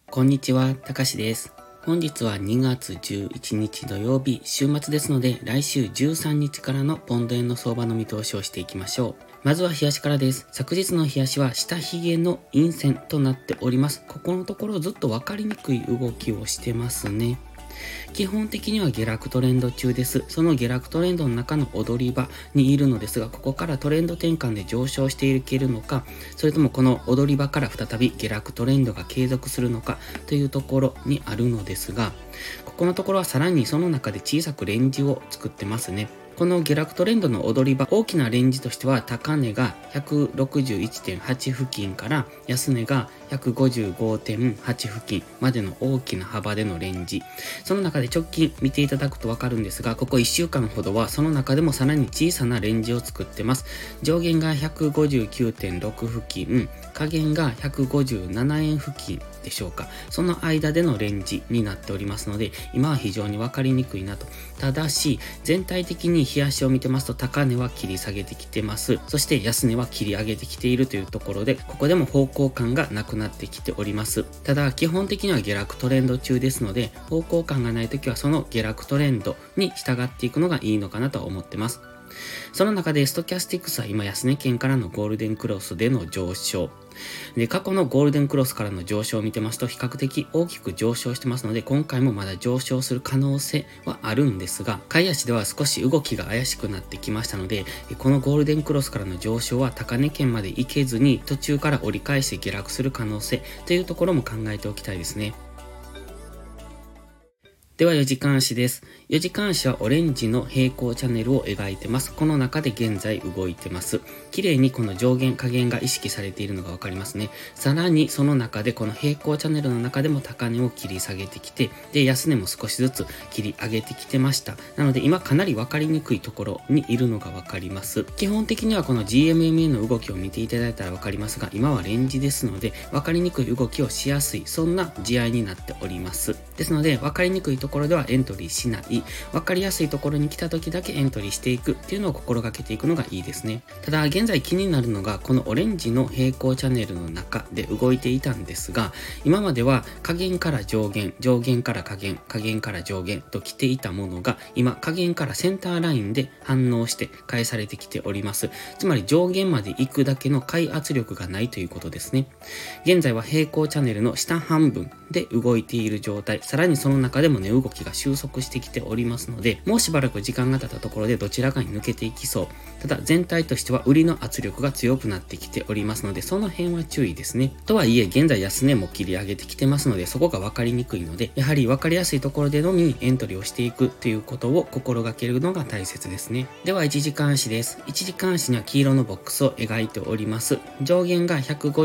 こんにちは、たかしです。本日は2月11日土曜日、週末ですので、来週13日からのポンド円の相場の見通しをしていきましょう。まずは冷やしからです。昨日の冷やしは下髭の陰線となっております。ここのところずっと分かりにくい動きをしてますね。基本的には下落トレンド中です。その下落トレンドの中の踊り場にいるのですが、ここからトレンド転換で上昇していけるのか、それともこの踊り場から再び下落トレンドが継続するのかというところにあるのですが、ここのところはさらにその中で小さくレンジを作ってますね。この下落トレンドの踊り場、大きなレンジとしては高値が 161.8 付近から安値が 155.8 付近までの大きな幅でのレンジ。その中で直近見ていただくとわかるんですが、ここ1週間ほどはその中でもさらに小さなレンジを作ってます。上限が 159.6 付近、下限が157円付近でしょうか。その間でのレンジになっておりますので、今は非常にわかりにくいなと。ただし、全体的に冷やしを見てますと高値は切り下げてきてます。そして安値は切り上げてきているというところで、ここでも方向感がなくなってきております。ただ、基本的には下落トレンド中ですので、方向感がないときはその下落トレンドに従っていくのがいいのかなと思ってます。その中でストキャスティクスは今安値圏からのゴールデンクロスでの上昇。で、過去のゴールデンクロスからの上昇を見てますと比較的大きく上昇してますので、今回もまだ上昇する可能性はあるんですが、買い足では少し動きが怪しくなってきましたので、このゴールデンクロスからの上昇は高値圏まで行けずに途中から折り返して下落する可能性というところも考えておきたいですね。では4時間足です。4時間足はオレンジの平行チャンネルを描いてます。この中で現在動いてます。綺麗にこの上限下限が意識されているのがわかりますね。さらにその中でこの平行チャンネルの中でも高値を切り下げてきて、で安値も少しずつ切り上げてきてました。なので今かなりわかりにくいところにいるのがわかります。基本的にはこの GMMA の動きを見ていただいたらわかりますが、今はレンジですのでわかりにくい動きをしやすい、そんな試合になっております。ですのでわかりにくいところではエントリーしない、分かりやすいところに来た時だけエントリーしていくっていうのを心がけていくのがいいですね。ただ現在気になるのがこのオレンジの平行チャンネルの中で動いていたんですが、今までは下限から上限、上限から下限、下限から上限と来ていたものが今下限からセンターラインで反応して返されてきております。つまり上限まで行くだけの買い圧力がないということですね。現在は平行チャンネルの下半分で動いている状態、さらにその中でも値動きが収束してきておりますので、もうしばらく時間が経ったところでどちらかに抜けていきそう。ただ全体としては売りの圧力が強くなってきておりますので、その辺は注意ですね。とはいえ現在安値も切り上げてきてますので、そこが分かりにくいので、やはり分かりやすいところでのみエントリーをしていくということを心がけるのが大切ですね。では1時間足です。1時間足には黄色のボックスを描いております。上限が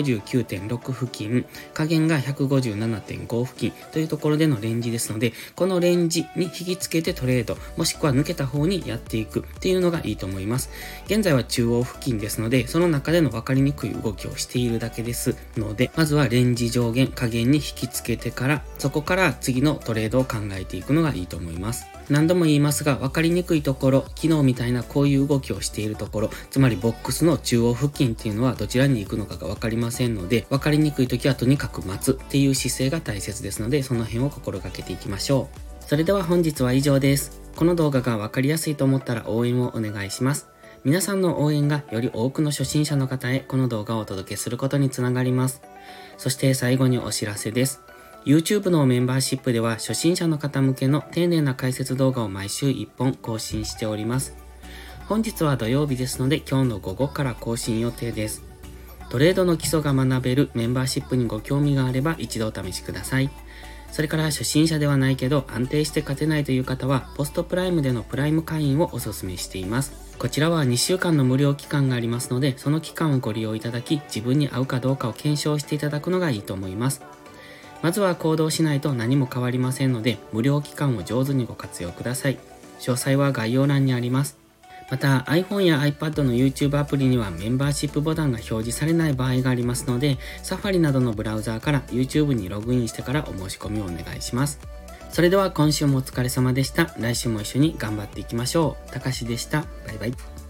159.6 付近、下限が 157.5 付近というところでのレンジですので、このレンジに引きつけてトレード、もしくは抜けた方にやっていくっていうのがいいと思います。現在は中央付近ですので、その中での分かりにくい動きをしているだけですので、まずはレンジ上限、下限に引きつけてから、そこから次のトレードを考えていくのがいいと思います。何度も言いますが、分かりにくいところ、昨日みたいなこういう動きをしているところ、つまりボックスの中央付近っていうのはどちらに行くのかが分かりませんので、分かりにくい時はとにかく待つっていう姿勢が大切ですので、その辺を心がけていきましょう。それでは本日は以上です。この動画が分かりやすいと思ったら応援をお願いします。皆さんの応援がより多くの初心者の方へこの動画をお届けすることにつながります。そして最後にお知らせです。YouTube のメンバーシップでは初心者の方向けの丁寧な解説動画を毎週1本更新しております。本日は土曜日ですので今日の午後から更新予定です。トレードの基礎が学べるメンバーシップにご興味があれば一度お試しください。それから初心者ではないけど安定して勝てないという方はポストプライムでのプライム会員をお勧めしています。こちらは2週間の無料期間がありますので、その期間をご利用いただき自分に合うかどうかを検証していただくのがいいと思います。まずは行動しないと何も変わりませんので、無料期間を上手にご活用ください。詳細は概要欄にあります。また iPhone や iPad の YouTube アプリにはメンバーシップボタンが表示されない場合がありますので、Safari などのブラウザーから YouTube にログインしてからお申し込みをお願いします。それでは今週もお疲れ様でした。来週も一緒に頑張っていきましょう。たかしでした。バイバイ。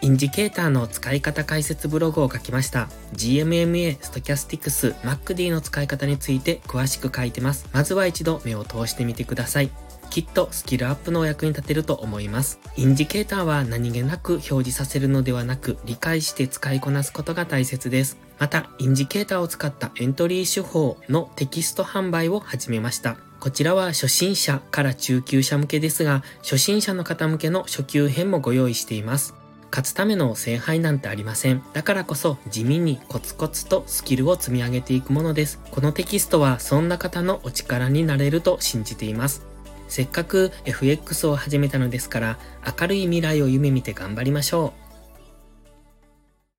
インジケーターの使い方解説ブログを書きました。GMMA、Stochastics、MACD の使い方について詳しく書いてます。まずは一度目を通してみてください。きっとスキルアップのお役に立てると思います。インジケーターは何気なく表示させるのではなく、理解して使いこなすことが大切です。また、インジケーターを使ったエントリー手法のテキスト販売を始めました。こちらは初心者から中級者向けですが、初心者の方向けの初級編もご用意しています。勝つための聖杯なんてありません。だからこそ地味にコツコツとスキルを積み上げていくものです。このテキストはそんな方のお力になれると信じています。せっかく FX を始めたのですから、明るい未来を夢見て頑張りましょう。